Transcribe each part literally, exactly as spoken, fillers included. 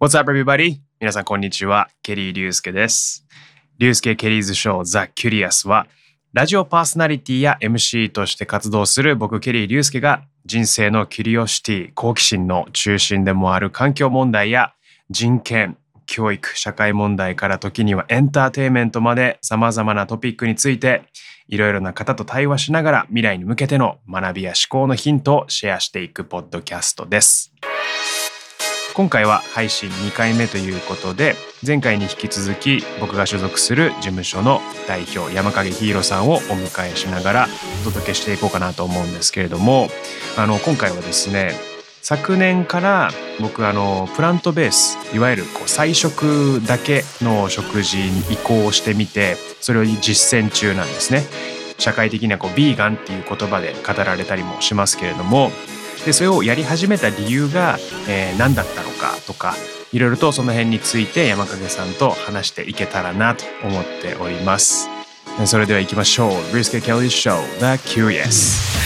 What's up, everybody? 皆さんこんにちは。ケリー龍介です。龍介ケリーズショー The Curious はラジオパーソナリティや エムシー として活動する僕ケリー龍介が人生のキュリオシティ、好奇心の中心でもある環境問題や人権、教育、社会問題から時にはエンターテインメントまで様々なトピックについていろいろな方と対話しながら未来に向けての学びや思考のヒントをシェアしていくポッドキャストです。今回は配信にかいめということで、前回に引き続き僕が所属する事務所の代表山影ヒーローさんをお迎えしながらお届けしていこうかなと思うんですけれども、あの今回はですね、昨年から僕あのプラントベース、いわゆるこう菜食だけの食事に移行してみて、それを実践中なんですね。社会的にはこうビーガンっていう言葉で語られたりもしますけれども、でそれをやり始めた理由が、えー、何だったのかとか、いろいろとその辺について山影さんと話していけたらなと思っております。それでは行きましょう。Risky Kelly's Show The Curious。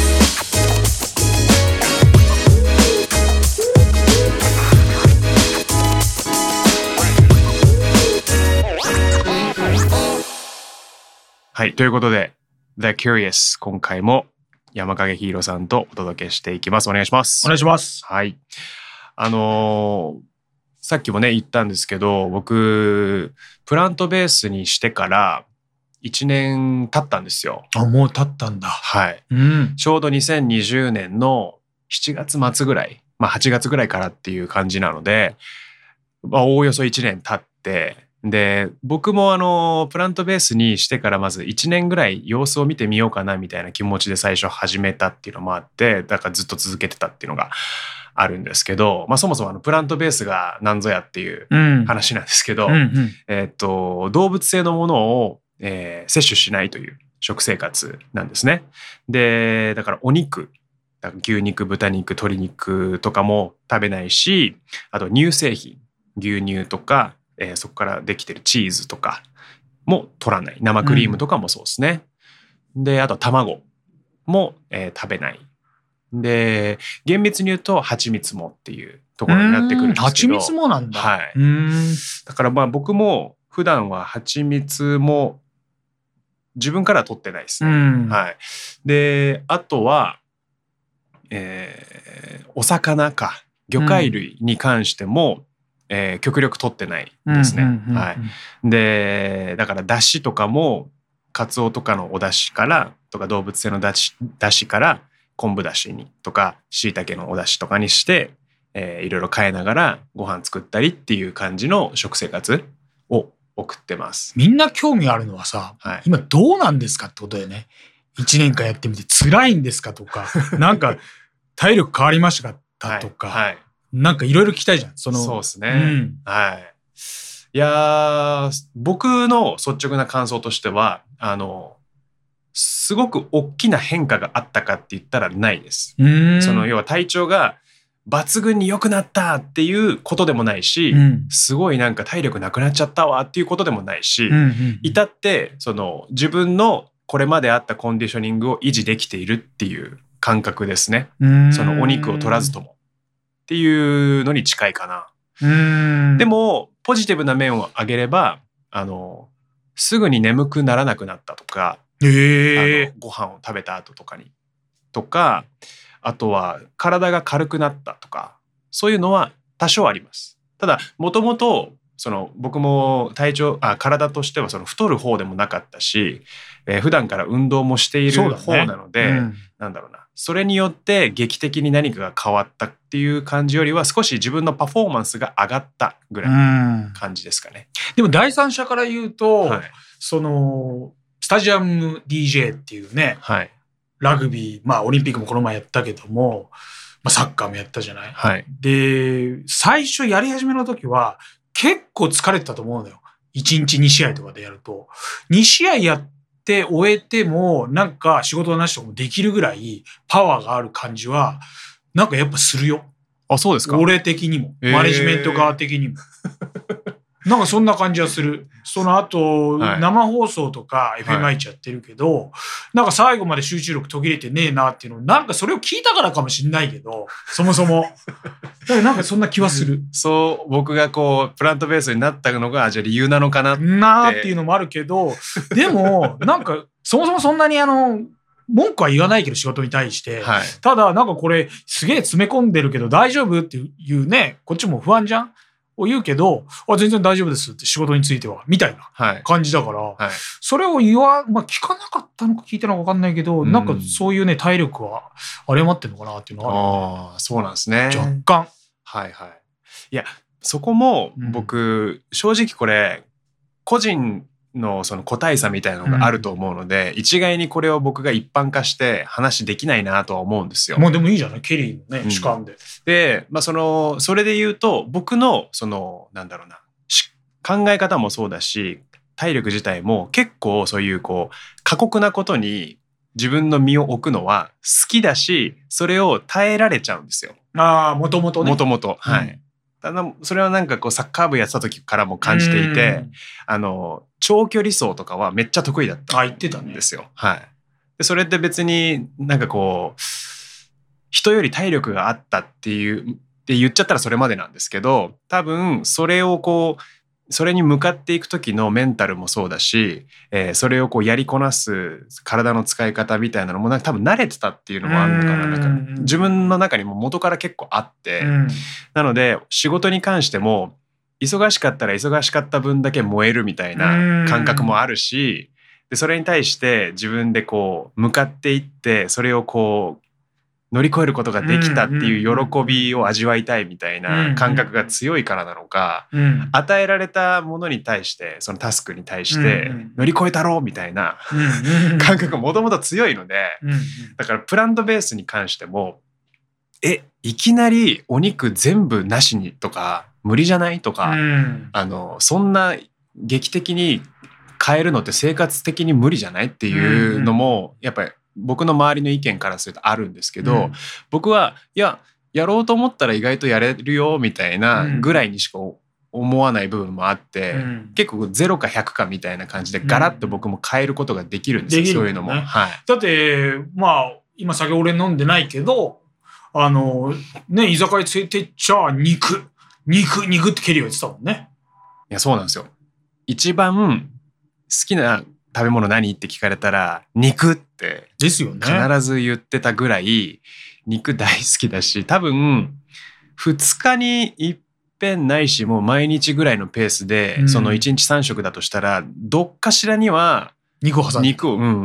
はい、ということで The Curious、 今回も山影ヒーローさんとお届けしていきます。お願いします。 お願いします。 はい。あのー、さっきもね言ったんですけど、僕プラントベースにしてからいちねん経ったんですよ。 あ、もう経ったんだ。 はい。 うん、 ちょうどにせんにじゅうねんのしちがつ末ぐらい、まあはちがつぐらいからっていう感じなので、まあおおよそいちねん経って、で僕もあのプラントベースにしてからまずいちねんぐらい様子を見てみようかなみたいな気持ちで最初始めたっていうのもあって、だからずっと続けてたっていうのがあるんですけど、まあそもそもあのプラントベースが何ぞやっていう話なんですけど、 うんうんうん、 えー、っと動物性のものを、えー、摂取しないという食生活なんですね。でだからお肉、だから牛肉、豚肉、鶏肉とかも食べないし、あと乳製品、牛乳とかえー、そこからできてるチーズとかも取らない。生クリームとかもそうですね。うん、であと卵も、えー、食べない。で厳密に言うと蜂蜜もっていうところになってくるんですけど、 蜂蜜もなんだ。 はい。 うーん、 だからまあ僕も普段は蜂蜜も自分からは取ってないですね。はい。であとは、えー、お魚か魚介類に関しても、うん、えー、極力取ってないですね。はい。でだから出汁とかもカツオとかのお出汁からとか動物性の出汁、出汁から昆布出汁にとか椎茸のお出汁とかにして、えー、いろいろ変えながらご飯作ったりっていう感じの食生活を送ってます。 みんな興味あるのはさ、はい、今どうなんですかってことだよね。いちねんかんやってみて辛いんですかとかなんか体力変わりましたかとか、はいはい、なんかいろいろ聞きたいじゃん。そのそうですね、うん、はい。いや僕の率直な感想としては、あのすごく大きな変化があったかって言ったらないです。その要は体調が抜群に良くなったっていうことでもないし、うん、すごいなんか体力なくなっちゃったわっていうことでもないし、うんうんうん、至ってその自分のこれまであったコンディショニングを維持できているっていう感覚ですね。そのお肉を取らずともっていうのに近いかな。うーん、でもポジティブな面を挙げれば、あのすぐに眠くならなくなったとか、えー、あのご飯を食べた後とかにとか、あとは体が軽くなったとか、そういうのは多少あります。ただもともとその僕も体調あ体としてはその太る方でもなかったし、えー、普段から運動もしている方なので、ね、うん、なんだろうな、それによって劇的に何かが変わったっていう感じよりは少し自分のパフォーマンスが上がったぐらいの感じですかね。 でも第三者から言うと、はい、そのスタジアム ディージェー っていうね、はい、ラグビー、まあオリンピックもこの前やったけども、まあ、サッカーもやったじゃない、はい、で最初やり始めの時は結構疲れてたと思うのよ。いちにちにしあいとかでやるとにしあいやって終えてもなんか仕事の話とかもできるぐらいパワーがある感じはなんかやっぱするよ。 あ、そうですか。 俺的にもマネジメント側的にもなんかそんな感じはする。その後、はい、生放送とか エフエムアイチ やってるけど、はい、なんか最後まで集中力途切れてねえなっていうの、なんかそれを聞いたからかもしんないけど、そもそも。だからなんかそんな気はする。 そう、僕がこう、プラントベースになったのが、じゃあ理由なのかなって。 なーっていうのもあるけど、でも、なんか、そもそもそんなにあの、文句は言わないけど仕事に対して、はい、ただなんかこれすげえ詰め込んでるけど大丈夫っていうね、こっちも不安じゃんを言うけど、あ、全然大丈夫ですって仕事についてはみたいな感じだから、はいはい、それを言わ、まあ、聞かなかったのか聞いたのか分かんないけど、うん、なんかそういうね体力はあれ待ってるのかなっていうのはある、 ああ、そうなんですね。 若干。 はいはい。いや、そこも僕、うん、正直これ個人のその個体差みたいなのがあると思うので、うん、一概にこれを僕が一般化して話できないなとは思うんですよ。 もうでもいいじゃない、ケリーのね、うん、主観で。 で、まあそのそれで言うと僕のそのなんだろうな、考え方もそうだし、体力自体も結構そういうこう過酷なことに自分の身を置くのは好きだし、それを耐えられちゃうんですよ。 ああ、もともとね。 もともと、はい。うん、ただそれはなんかこうサッカー部やってた時からも感じていて、あの長距離走とかはめっちゃ得意だったんですよ。はい。でそれって別になんかこう人より体力があったっていうって言っちゃったらそれまでなんですけど、多分それをこうそれに向かっていく時のメンタルもそうだし、えー、それをこうやりこなす体の使い方みたいなのもなんか多分慣れてたっていうのもあるのかな。なんか自分の中にも元から結構あって、なので仕事に関しても忙しかったら忙しかった分だけ燃えるみたいな感覚もあるし、でそれに対して自分でこう向かっていってそれをこう乗り越えることができたっていう喜びを味わいたいみたいな感覚が強いからなのか、与えられたものに対してそのタスクに対して乗り越えたろうみたいな感覚がもともと強いので、だからプラントベースに関してもえいきなりお肉全部なしにとか無理じゃないとか、あのそんな劇的に変えるのって生活的に無理じゃないっていうのもやっぱり僕の周りの意見からするとあるんですけど、うん、僕はいややろうと思ったら意外とやれるよみたいなぐらいにしか思わない部分もあって、うん、結構ゼロかひゃくかみたいな感じでガラッと僕も変えることができるんですよ、うん、そういうのも、ね、はい、 だってまあ今酒俺飲んでないけどあのね居酒屋連れてっちゃ肉肉肉ってケリーは言ってたもんね。 いやそうなんですよ。一番好きな食べ物何って聞かれたら肉って必ず言ってたぐらい肉大好きだし、多分ふつかに一遍ないしもう毎日ぐらいのペースで、うん、そのいちにちさん食だとしたらどっかしらには肉を挟んで肉を、うんうん、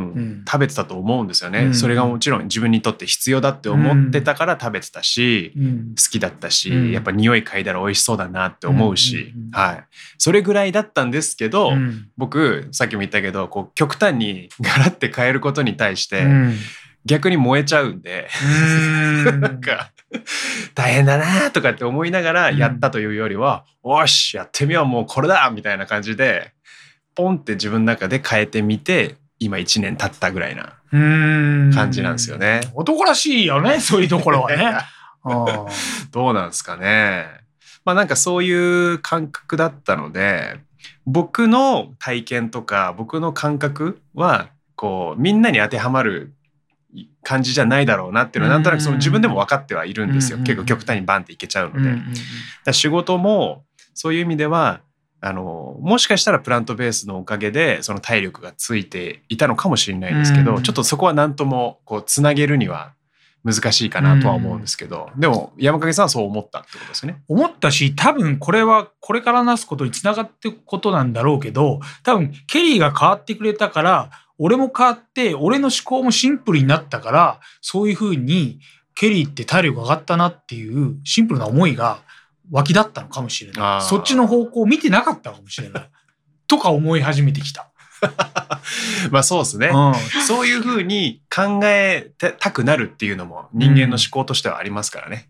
食べてたと思うんですよね、うん、それがもちろん自分にとって必要だって思ってたから食べてたし、うん、好きだったし、うん、やっぱ匂い嗅いだら美味しそうだなって思うし、うんうんうん、はい、それぐらいだったんですけど、うん、僕さっきも言ったけどこう極端にガラッて変えることに対して、うん、逆に燃えちゃうんで、うん、なんか大変だなとかって思いながらやったというよりは、うん、おしやってみようもうこれだみたいな感じでポンって自分の中で変えてみて今いちねん経ったぐらいな感じなんですよね。 男らしいよねそういうところはねあどうなんですかね。まあなんかそういう感覚だったので僕の体験とか僕の感覚はこうみんなに当てはまる感じじゃないだろうなっていうのはなんとなくその自分でも分かってはいるんですよ。結構極端にバンっていけちゃうので、だから仕事もそういう意味ではあのもしかしたらプラントベースのおかげでその体力がついていたのかもしれないですけど、ちょっとそこは何ともこうつなげるには難しいかなとは思うんですけど、でも山影さんはそう思ったってことですね。 思ったし多分これはこれからなすことにつながっていくことなんだろうけど、多分ケリーが変わってくれたから俺も変わって俺の思考もシンプルになったからそういう風にケリーって体力上がったなっていうシンプルな思いが湧き立ったのかもしれない。そっちの方向を見てなかったかもしれないとか思い始めてきたまあそうですね、うん、そういう風に考えたくなるっていうのも人間の思考としてはありますからね。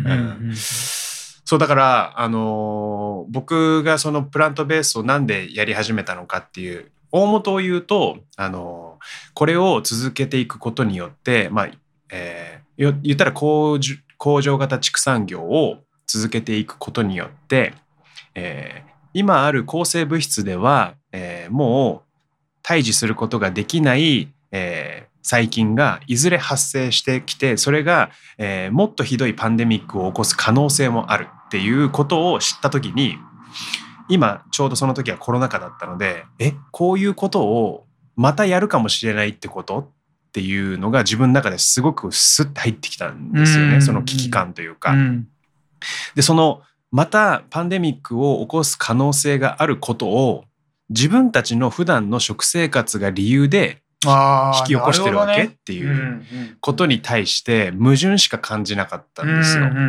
そうだからあのー、僕がそのプラントベースをなんでやり始めたのかっていう大元を言うと、あのー、これを続けていくことによってまあ、えー、言ったら工場、工場型畜産業を続けていくことによって、えー、 今ある抗生物質では、えー、もう退治することができない、えー、細菌がいずれ発生してきて、それが、えー、もっとひどいパンデミックを起こす可能性もあるっていうことを知った時に、今ちょうどその時はコロナ禍だったので、えこういうことをまたやるかもしれないってことっていうのが自分の中ですごくスッと入ってきたんですよね、その危機感というか、うん、でそのまたパンデミックを起こす可能性があることを自分たちの普段の食生活が理由で引き起こしてるわけ、ね、っていうことに対して矛盾しか感じなかったんですよ、うんうんうん、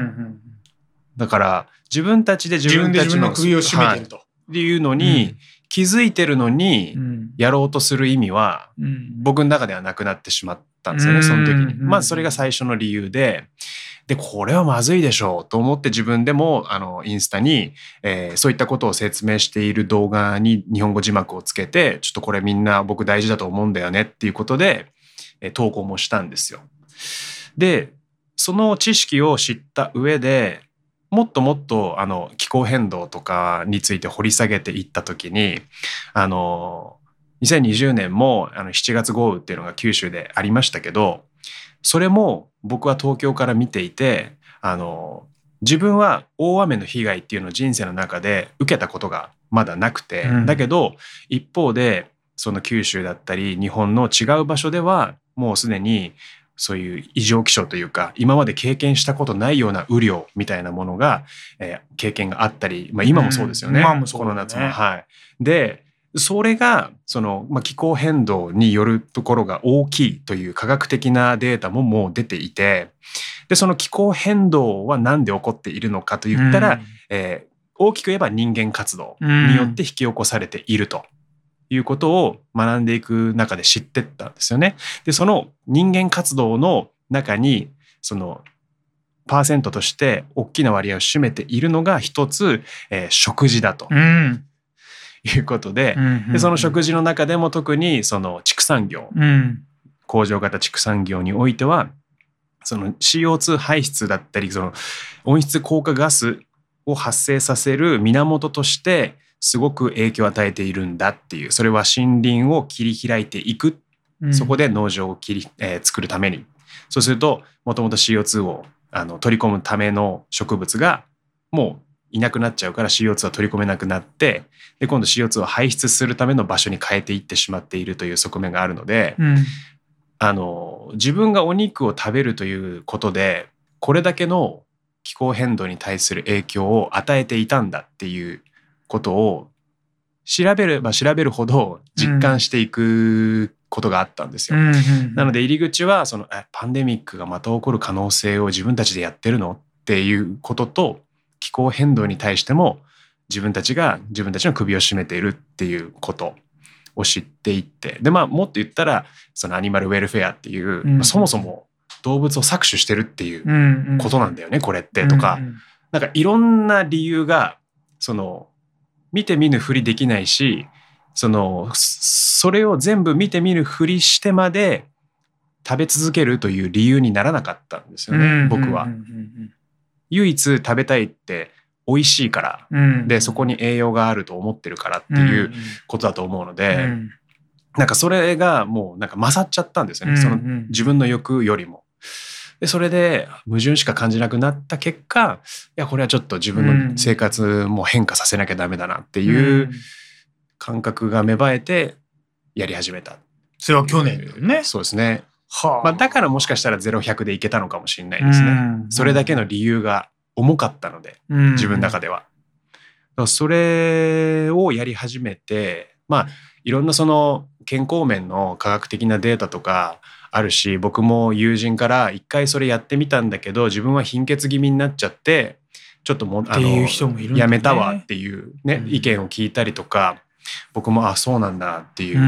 だから自分たちで自分たち の, の首を絞めてると、 はい、っていうのに、うん、気づいてるのにやろうとする意味は、うん、僕の中ではなくなってしまったんですよね、その時に。まずそれが最初の理由で、でこれはまずいでしょうと思って自分でもあのインスタに、えー、そういったことを説明している動画に日本語字幕をつけて、ちょっとこれみんな僕大事だと思うんだよねっていうことで、えー、投稿もしたんですよ。でその知識を知った上でもっともっとあの気候変動とかについて掘り下げていった時に、あのにせんにじゅうねんもあのしちがつ豪雨っていうのが九州でありましたけど、それも僕は東京から見ていて、あの自分は大雨の被害っていうのを人生の中で受けたことがまだなくて、うん、だけど一方でその九州だったり日本の違う場所ではもうすでにそういう異常気象というか今まで経験したことないような雨量みたいなものが、えー、経験があったり、まあ、今もそうですよね、うん、この夏も、はい、でそれがその、まあ、気候変動によるところが大きいという科学的なデータももう出ていて、でその気候変動は何で起こっているのかといったら、うんえー、大きく言えば人間活動によって引き起こされているということを学んでいく中で知ってったんですよね。でその人間活動の中にそのパーセントとして大きな割合を占めているのが一つ、えー、食事だと。うんいうことで、うんうんうん、でその食事の中でも特にその畜産業、うん、工場型畜産業においてはその シーオーツー 排出だったりその温室効果ガスを発生させる源としてすごく影響を与えているんだっていう、それは森林を切り開いていく、うん、そこで農場を切り、えー、作るために、そうするともともと シーオーツー をあの取り込むための植物がもういなくなっちゃうから シーオーツー は取り込めなくなって、で今度 シーオーツー を排出するための場所に変えていってしまっているという側面があるので、うん、あの自分がお肉を食べるということでこれだけの気候変動に対する影響を与えていたんだっていうことを調べれば調べるほど実感していくことがあったんですよ、うん、なので入り口はそのえパンデミックがまた起こる可能性を自分たちでやってるのっていうことと、気候変動に対しても自分たちが自分たちの首を絞めているっていうことを知っていって、でまあもっと言ったらそのアニマルウェルフェアっていう、うんまあ、そもそも動物を搾取してるっていうことなんだよね、うんうん、これってとか、うんうん、なんかいろんな理由がその見て見ぬふりできないし、そのそれを全部見て見ぬふりしてまで食べ続けるという理由にならなかったんですよね、うんうんうんうん、僕は。唯一食べたいって美味しいから、うん、でそこに栄養があると思ってるからっていうことだと思うので、うん、なんかそれがもうなんか勝っちゃったんですよね、うん、その自分の欲よりも。でそれで矛盾しか感じなくなった結果、いやこれはちょっと自分の生活も変化させなきゃダメだなっていう感覚が芽生えてやり始めた。 それは去年だよね。 そうですね。はあまあ、だからもしかしたらゼロひゃくでいけたのかもしれないですね、うん、それだけの理由が重かったので、うん、自分の中ではそれをやり始めて、まあいろんなその健康面の科学的なデータとかあるし、僕も友人から一回それやってみたんだけど自分は貧血気味になっちゃってちょっともうあのやめたわっていうね、うん、意見を聞いたりとか、僕もあそうなんだっていう、うん、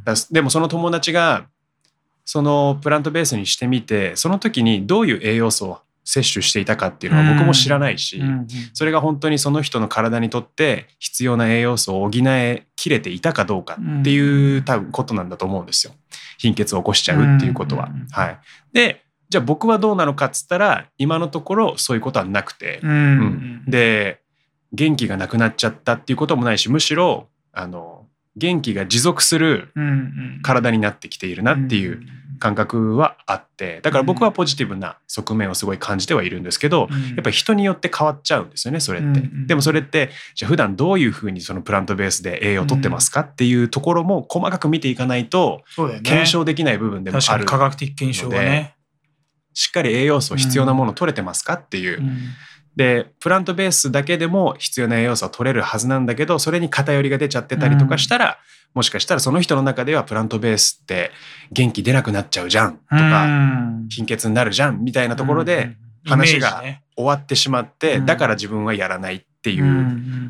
でもその友達がそのプラントベースにしてみてその時にどういう栄養素を摂取していたかっていうのは僕も知らないし、うんうん、それが本当にその人の体にとって必要な栄養素を補えきれていたかどうかっていう多分ことなんだと思うんですよ、貧血を起こしちゃうっていうことは、うんうん、はい。でじゃあ僕はどうなのかっつったら今のところそういうことはなくて、うんうん、で元気がなくなっちゃったっていうこともないし、むしろあの元気が持続する体になってきているなっていう感覚はあって、だから僕はポジティブな側面をすごい感じてはいるんですけど、やっぱり人によって変わっちゃうんですよね、それって。でもそれってじゃあ普段どういうふうにそのプラントベースで栄養をとってますかっていうところも細かく見ていかないと検証できない部分でもあるので、確かに科学的検証がね、しっかり栄養素必要なものを取れてますかっていう、でプラントベースだけでも必要な栄養素は取れるはずなんだけど、それに偏りが出ちゃってたりとかしたら、うん、もしかしたらその人の中ではプラントベースって元気出なくなっちゃうじゃんとか、うん、貧血になるじゃんみたいなところで話が終わってしまって、うん、だから自分はやらないっていう、うん、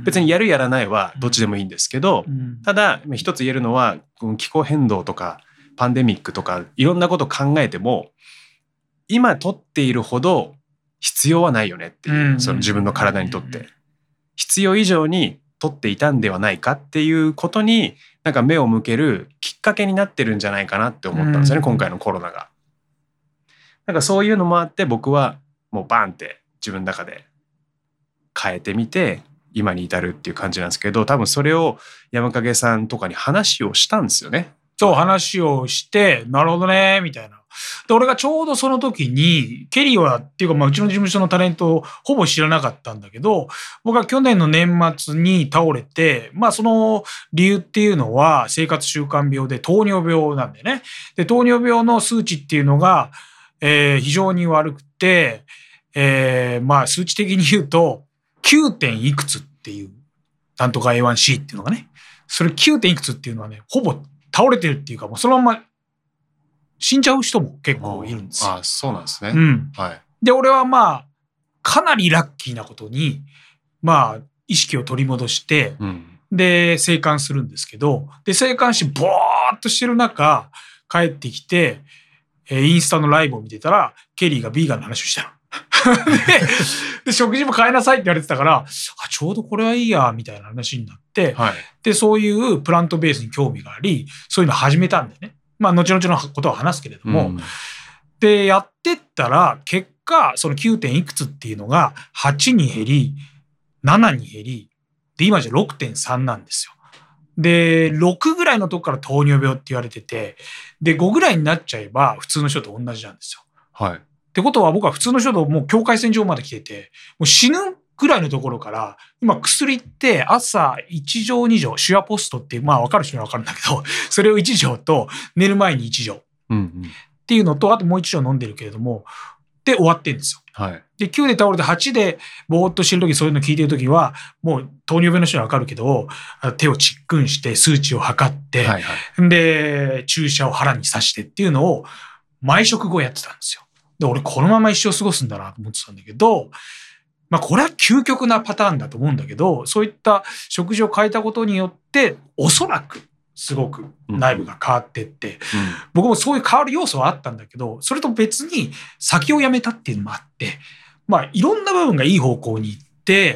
別にやるやらないはどっちでもいいんですけど、うん、ただ一つ言えるのは気候変動とかパンデミックとかいろんなこと考えても今取っているほど必要はないよねっていう、うん、その自分の体にとって必要以上に取っていたんではないかっていうことになんか目を向けるきっかけになってるんじゃないかなって思ったんですよね、うん、今回のコロナが。なんかそういうのもあって僕はもうバンって自分の中で変えてみて今に至るっていう感じなんですけど、多分それを山影さんとかに話をしたんですよね。 そう話をしてなるほどねみたいな。で俺がちょうどその時にケリーはっていうかまあうちの事務所のタレントをほぼ知らなかったんだけど、僕は去年の年末に倒れて、まあその理由っていうのは生活習慣病で糖尿病なんだよね。で糖尿病の数値っていうのが、えー、非常に悪くて、えー、まあ数値的に言うと きゅう. 点いくつっていうなんとか エーワンシー っていうのがね、それ きゅう. 点いくつっていうのはねほぼ倒れてるっていうかもうそのまま死んじゃう人も結構いるんですよ。 ああ、そうなんですね。 うん。 はい。 で、俺はまあ、かなりラッキーなことに、まあ、意識を取り戻して、うん、で、生還するんですけど、で、生還し、ぼーっとしてる中、帰ってきて、えー、インスタのライブを見てたら、ケリーがビーガンの話をしたの。で, で、食事も変えなさいって言われてたから、あ、ちょうどこれはいいや、みたいな話になって、はい、で、そういうプラントベースに興味があり、そういうの始めたんだよね。まあ、後々のことは話すけれども、うん、で、やってったら、結果、その きゅう. 点いくつっていうのがはちに減り、ななに減り、で、今じゃ ろくてんさん なんですよ。で、ろくぐらいのとこから糖尿病って言われてて、で、ごぐらいになっちゃえば普通の人と同じなんですよ。 はい。 ってことは僕は普通の人ともう境界線上まで来てて、もう死ぬぐらいのところから、今薬って朝いち錠に錠、シュアポストっていう、まあ分かる人には分かるんだけど、それをいち錠と寝る前にいち錠っていうのと、あともういち錠飲んでるけれども、で終わってるんですよ。 はい。で、 きゅうで倒れてはちでぼーっとしてるとき、そういうの聞いてるときは、もう糖尿病の人には分かるけど、手をチックンして数値を測って、はいはい、で、注射を腹に刺してっていうのを毎食後やってたんですよ。で、俺このまま一生過ごすんだなと思ってたんだけど、まあこれは究極なパターンだと思うんだけど、そういった食事を変えたことによって、おそらくすごく内部が変わってって、うん、僕もそういう変わる要素はあったんだけど、それと別に先をやめたっていうのもあって、まあいろんな部分がいい方向に行って、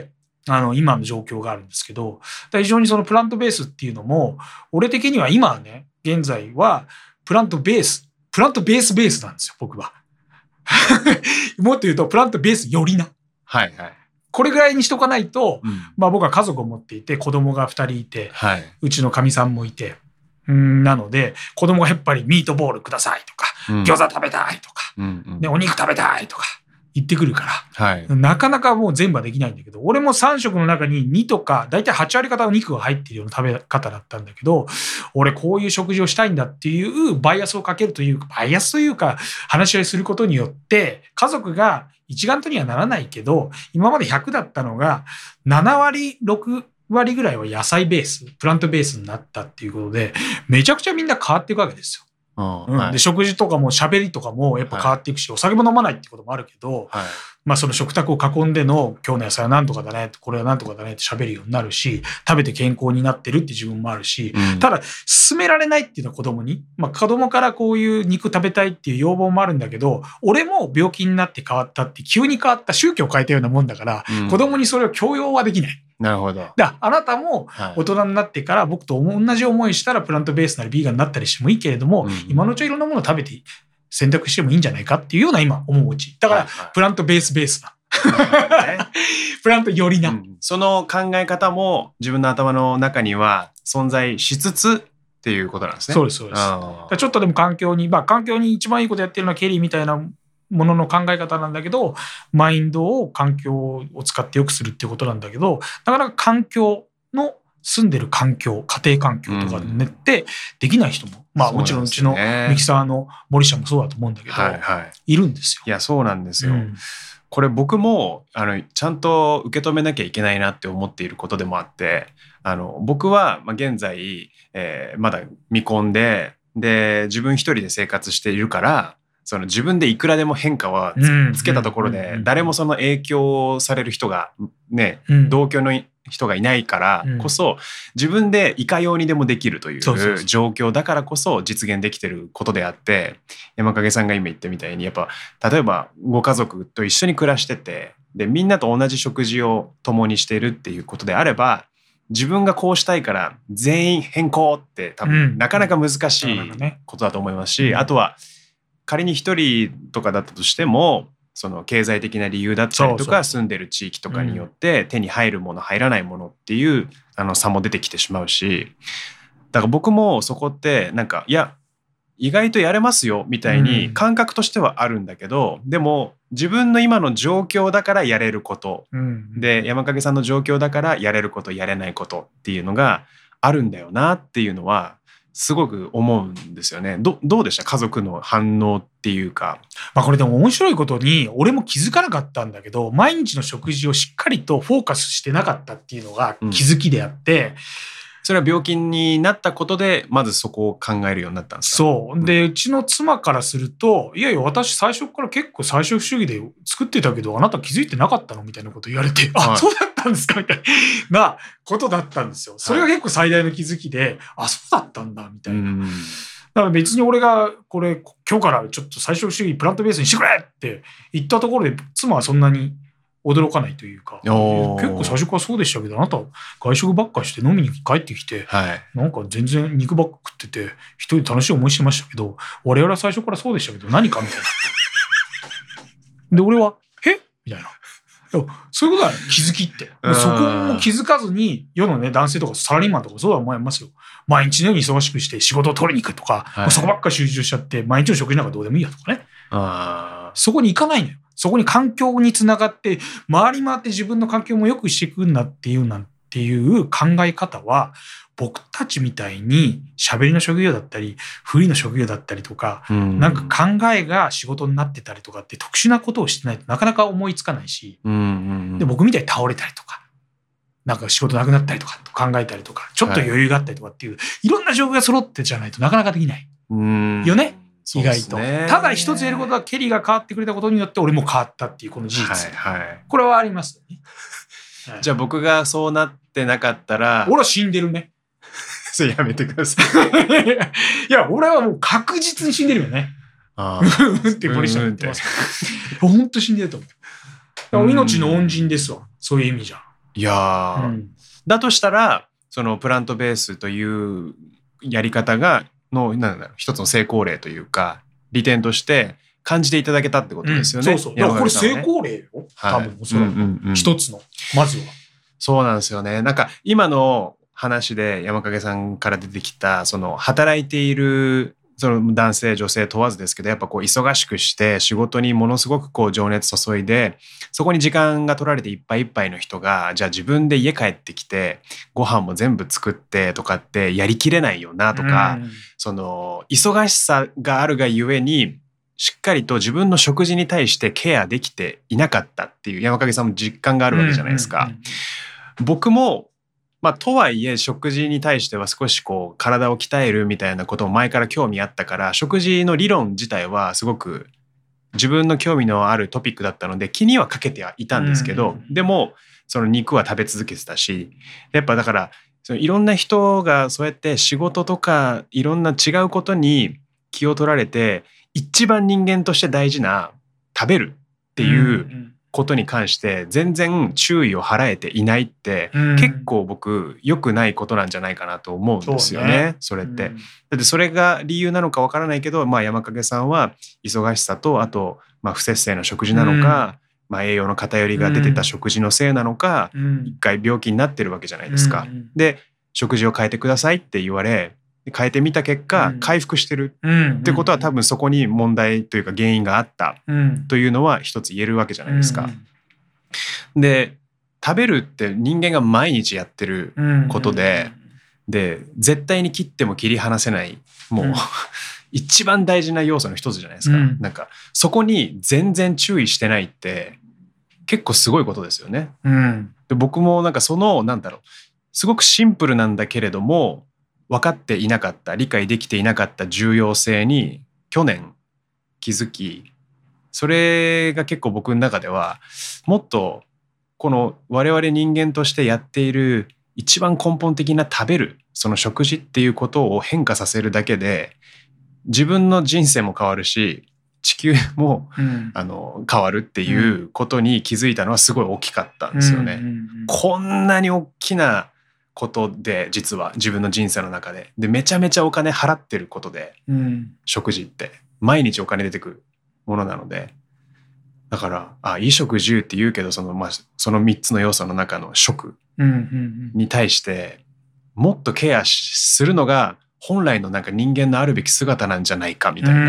あの今の状況があるんですけど、非常にそのプラントベースっていうのも、俺的には今はね、現在はプラントベース、プラントベースベースなんですよ、僕は。もっと言うと、プラントベースよりな。 はいはい。 これぐらいにしとかないと、うん、まあ僕は家族を持っていて、子供がふたりいて、はい、うちのかみさんもいて、んなので、子供がやっぱりミートボールくださいとか、うん、餃子食べたいとか、うんうん、ね、お肉食べたいとか言ってくるから、はい、なかなかもう全部はできないんだけど、俺もさん食の中ににとか、だいたいはち割方の肉が入っているような食べ方だったんだけど、俺こういう食事をしたいんだっていうバイアスをかけるというか、バイアスというか、話し合いすることによって、家族が一丸とにはならないけど、今までひゃくだったのがなな割、ろく割ぐらいは野菜ベース、プラントベースになったっていうことで、めちゃくちゃみんな変わっていくわけですよ。うんはい、で食事とかも喋りとかもやっぱ変わっていくし、はい、お酒も飲まないってこともあるけど、はい、まあその食卓を囲んでの今日の野菜は何とかだね、これは何とかだねって喋るようになるし、食べて健康になってるって自分もあるし、うん、ただ勧められないっていうのは子供に、まあ子供からこういう肉食べたいっていう要望もあるんだけど、俺も病気になって変わったって急に変わった宗教を変えたようなもんだから、うん、子供にそれを強要はできない。 なるほど。 だあなたも大人になってから僕と同じ思いしたらプラントベースなりビーガンになったりしてもいいけれども、うん、今のうちはいろんなものを食べて選択してもいいんじゃないかっていうような今思ううち。だからプラントベースベースな。 プラントよりな、 うん、その考え方も自分の頭の中には存在しつつっていうことなんですね。 そうですそうです。ちょっとでも環境にまあ環境に一番いいことやってるのはケリーみたいなものの考え方なんだけど、マインドを環境を使って良くするっていうことなんだけど、なかなか環境の住んでる環境、家庭環境とかねってできない人も、うん、まあもちろんうちのミキサーの森下もそうだと思うんだけど、はいはい、いるんですよ。 いやそうなんですよ。うん、これ僕もあのちゃんと受け止めなきゃいけないなって思っていることでもあって、あの僕はまあ現在、えー、まだ未婚で、で自分一人で生活しているから、その自分でいくらでも変化は つ,、うん、つけたところで誰もその影響される人がね、うん、同居の人がいないからこそ、うん、自分でいかようにでもできるという状況だからこそ実現できてることであって、山影さんが今言ったみたいにやっぱ例えばご家族と一緒に暮らしてて、でみんなと同じ食事を共にしているっていうことであれば、自分がこうしたいから全員変更って多分なかなか難しいことだと思いますし、うん、あとは仮に一人とかだったとしても、その経済的な理由だったりとか住んでる地域とかによって手に入るもの入らないものっていうあの差も出てきてしまうし、だから僕もそこってなんかいや意外とやれますよみたいに感覚としてはあるんだけど、でも自分の今の状況だからやれることで、山影さんの状況だからやれることやれないことっていうのがあるんだよなっていうのはすごく思うんですよね。ど、どうでした家族の反応っていうか。 まあこれでも面白いことに俺も気づかなかったんだけど、毎日の食事をしっかりとフォーカスしてなかったっていうのが気づきであって、うん、 それは病気になったことでまずそこを考えるようになったんですか？ そうで、うちの妻からすると、いやいや私最初から結構菜食主義で作ってたけどあなた気づいてなかったのみたいなこと言われて、はい、あそうだったんですかみたいなことだったんですよ。それが結構最大の気づきで、はい、あそうだったんだみたいな。だから別に俺がこれ今日からちょっと菜食主義プラントベースにしてくれって言ったところで妻はそんなに驚かないというか、結構最初からそうでしたけど、あなた外食ばっかりして飲みに帰ってきて、はい、なんか全然肉ばっか食ってて一人で楽しい思いしてましたけど、我々は最初からそうでしたけど何かみたいな。で俺はえみたいな。そういうことは気づきって、そこも気づかずに世のね男性とかサラリーマンとかそうだと思いますよ。毎日のように忙しくして仕事を取りに行くとか、はい、そこばっかり集中しちゃって毎日の食事なんかどうでもいいやとかね。あそこに行かないのよ。そこに環境につながって回り回って自分の環境も良くしていくんだっていうなんていう考え方は、僕たちみたいに喋りの職業だったりフリーの職業だったりとか、うん、なんか考えが仕事になってたりとかって特殊なことをしてないとなかなか思いつかないし、うんうんうん、で僕みたいに倒れたりとかなんか仕事なくなったりとかと考えたりとかちょっと余裕があったりとかっていう、はい、いろんな状況が揃ってじゃないとなかなかできないうんよね。意外と、ね、ただ一つやることはケリーが変わってくれたことによって俺も変わったっていうこの事実、はいはい、これはありますね。 はい、じゃあ僕がそうなってなかったら俺は死んでるね。 それやめてください。いや俺はもう確実に死んでるよね。ああって森下言ってますけど、本当死んでると思う。命の恩人ですわ、そういう意味じゃ。 いやー、うん、だとしたらそのプラントベースというやり方がのなんだろう一つの成功例というか利点として感じていただけたってことですよね。 うん、そうそう。だからこれ成功例よ。多分おそらく一つのまずは。 そうなんですよね。なんか今の話で山影さんから出てきたその働いているその男性女性問わずですけど、やっぱこう忙しくして仕事にものすごくこう情熱注いでそこに時間が取られていっぱいいっぱいの人がじゃあ自分で家帰ってきてご飯も全部作ってとかってやりきれないよなとか、うん、その忙しさがあるがゆえにしっかりと自分の食事に対してケアできていなかったっていう山影さんも実感があるわけじゃないですか。うんうんうん、僕もまあ、とはいえ食事に対しては少しこう体を鍛えるみたいなことも前から興味あったから食事の理論自体はすごく自分の興味のあるトピックだったので気にはかけてはいたんですけど、でもその肉は食べ続けてたし、やっぱだからそのいろんな人がそうやって仕事とかいろんな違うことに気を取られて一番人間として大事な食べるっていうことに関して全然注意を払えていないって、うん、結構僕良くないことなんじゃないかなと思うんですよね。 そ, ねそれって、うん、だってそれが理由なのかわからないけど、まあ、山影さんは忙しさとあと、まあ、不節制の食事なのか、 まあ、栄養の偏りが出てた食事のせいなのか、うん、一回病気になってるわけじゃないですか。うん、で食事を変えてくださいって言われ変えてみた結果、うん、回復してるってことは多分そこに問題というか原因があったというのは一つ言えるわけじゃないですか。うん、で食べるって人間が毎日やってることで、うん、で絶対に切っても切り離せないもう、うん、一番大事な要素の一つじゃないですか。うん、なんかそこに全然注意してないって結構すごいことですよね。うん、で僕もなんかそのなんだろうすごくシンプルなんだけれども分かっていなかった理解できていなかった重要性に去年気づき、それが結構僕の中ではもっとこの我々人間としてやっている一番根本的な食べるその食事っていうことを変化させるだけで自分の人生も変わるし地球も、うん、あの変わるっていうことに気づいたのはすごい大きかったんですよね。うんうんうん、こんなに大きなことで実は自分の人生の中ででめちゃめちゃお金払ってることで、うん、食事って毎日お金出てくるものなのでだからあ衣食住って言うけどその、まあ、そのみっつの要素の中の食に対してもっとケアするのが本来のなんか人間のあるべき姿なんじゃないかみたいな、うん、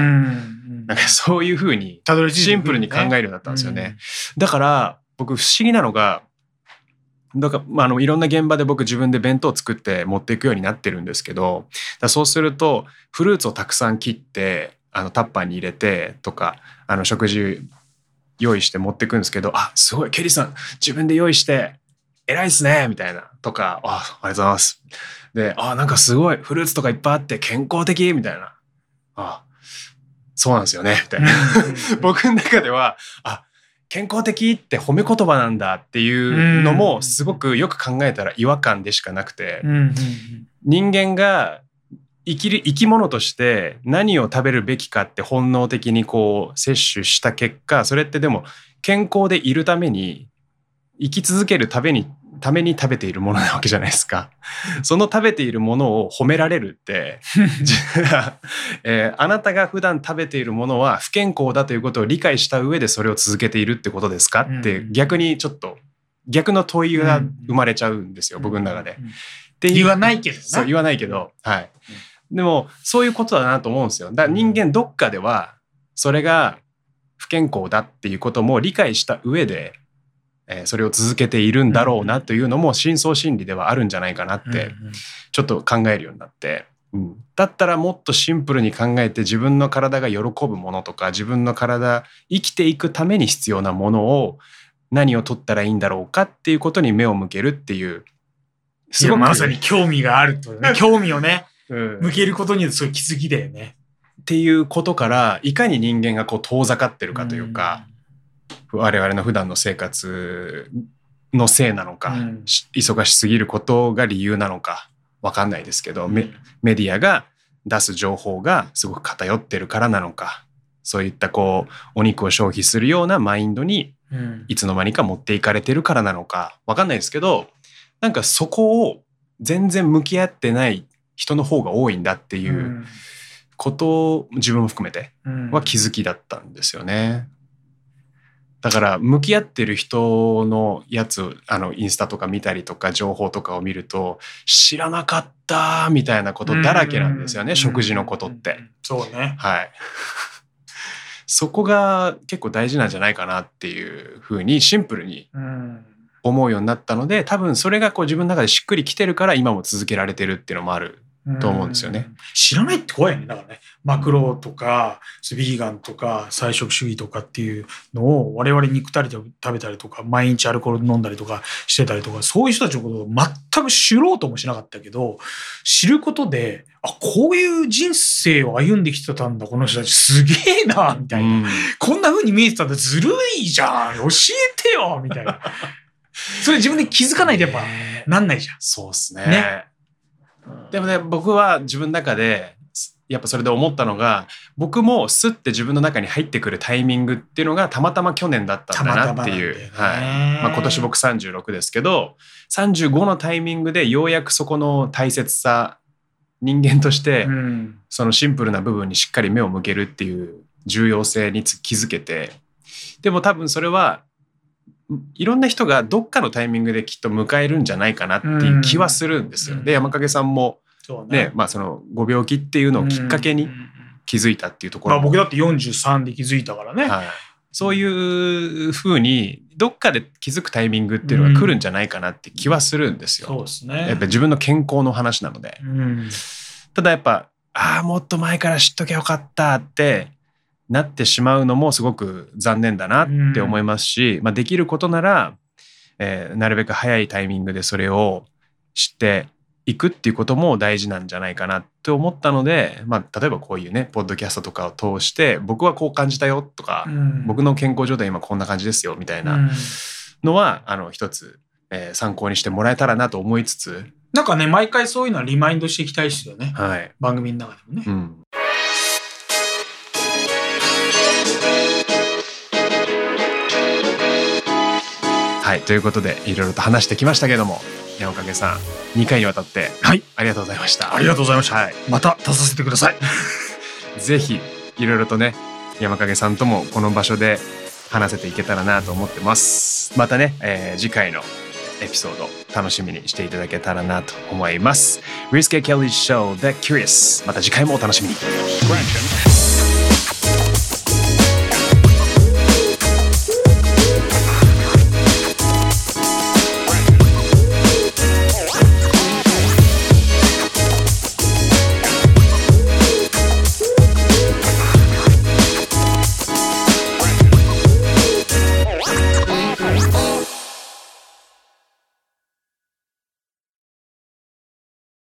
なんかそういうふうにシンプルに考えるようになったんですよね。うん、だから僕不思議なのがだから、まあ、あのいろんな現場で僕自分で弁当を作って持っていくようになってるんですけどだそうするとフルーツをたくさん切ってあのタッパーに入れてとかあの食事用意して持っていくんですけどあすごいケリーさん自分で用意して偉いっすねみたいなとかあありがとうございますであなんかすごいフルーツとかいっぱいあって健康的みたいなあそうなんですよねみたいな僕の中ではあ健康的って褒め言葉なんだっていうのもすごくよく考えたら違和感でしかなくて、うんうんうん、人間が生きる生き物として何を食べるべきかって本能的にこう摂取した結果それってでも健康でいるために生き続けるためにために食べているものなわけじゃないですか。その食べているものを褒められるってじゃあ、えー、あなたが普段食べているものは不健康だということを理解した上でそれを続けているってことですかって逆にちょっと逆の問いが生まれちゃうんですよ、うん、僕の中で。 って言わないけどな。 そう言わないけど、はい。でもそういうことだなと思うんですよ。だから人間どっかではそれが不健康だっていうことも理解した上でえー、それを続けているんだろうなというのも深層心理ではあるんじゃないかなってちょっと考えるようになって、うん、だったらもっとシンプルに考えて自分の体が喜ぶものとか自分の体生きていくために必要なものを何を取ったらいいんだろうかっていうことに目を向けるっていうすごくまさに興味があると、ね、興味をね、うん、向けることによってそういう気づきだよねっていうことからいかに人間がこう遠ざかってるかというか、うん我々の普段の生活のせいなのか、うん、忙しすぎることが理由なのか分かんないですけど、うん、メ, メディアが出す情報がすごく偏ってるからなのかそういったこうお肉を消費するようなマインドにいつの間にか持っていかれてるからなのか分かんないですけどなんかそこを全然向き合ってない人の方が多いんだっていうことを自分も含めては気づきだったんですよね。だから向き合ってる人のやつあのインスタとか見たりとか情報とかを見ると知らなかったみたいなことだらけなんですよね、食事のことって。 そうね。 はい。そこが結構大事なんじゃないかなっていうふうにシンプルに思うようになったので多分それがこう自分の中でしっくりきてるから今も続けられてるっていうのもあると思うんですよね。 知らないって怖いよね。だからね、マクロとかビーガンとか菜食主義とかっていうのを我々肉たりで食べたりとか毎日アルコール飲んだりとかしてたりとかそういう人たちのことを全く知ろうともしなかったけど知ることであこういう人生を歩んできてたんだこの人たちすげえなみたいな、うん、こんな風に見えてたんだずるいじゃん教えてよみたいなそれ自分で気づかないとやっぱなんないじゃん。 そうっすね。ねでもね僕は自分の中でやっぱそれで思ったのが僕もスッて自分の中に入ってくるタイミングっていうのがたまたま去年だったんだなっていう、ねはいまあ、今年僕さんじゅうろくですけどさんじゅうごのタイミングでようやくそこの大切さ人間としてそのシンプルな部分にしっかり目を向けるっていう重要性に気づけてでも多分それはいろんな人がどっかのタイミングできっと迎えるんじゃないかなっていう気はするんですよ。うん、で山影さんもね、ね、まあ、そのご病気っていうのをきっかけに気づいたっていうところ、 まあ、僕だってよんじゅうさんで気づいたからね、 はい、そういう風にどっかで気づくタイミングっていうのが来るんじゃないかなって気はするんですよ。 そうですね。 やっぱ自分の健康の話なので、 うん、 ただやっぱああもっと前から知っときゃよかったってなってしまうのもすごく残念だなって思いますし、うん、まあ、できることなら、えー、なるべく早いタイミングでそれを知っていくっていうことも大事なんじゃないかなって思ったので、まあ、例えばこういうねポッドキャストとかを通して僕はこう感じたよとか、うん、僕の健康状態今こんな感じですよみたいなのは、うん、あの一つ、えー、参考にしてもらえたらなと思いつつ、 なんかね毎回そういうのはリマインドしていきたいですよね、 はい、 番組の中でもね、うん、 はい、ということでいろいろと話してきましたけども、山影さんにかいにわたって、はい、ありがとうございました。 ありがとうございました、はい、また出させてくださいぜひいろいろとね山影さんともこの場所で話せていけたらなと思ってます。またね、えー、次回のエピソード楽しみにしていただけたらなと思います。Ryusuke Kelly's Show The Curious、 また次回もお楽しみに。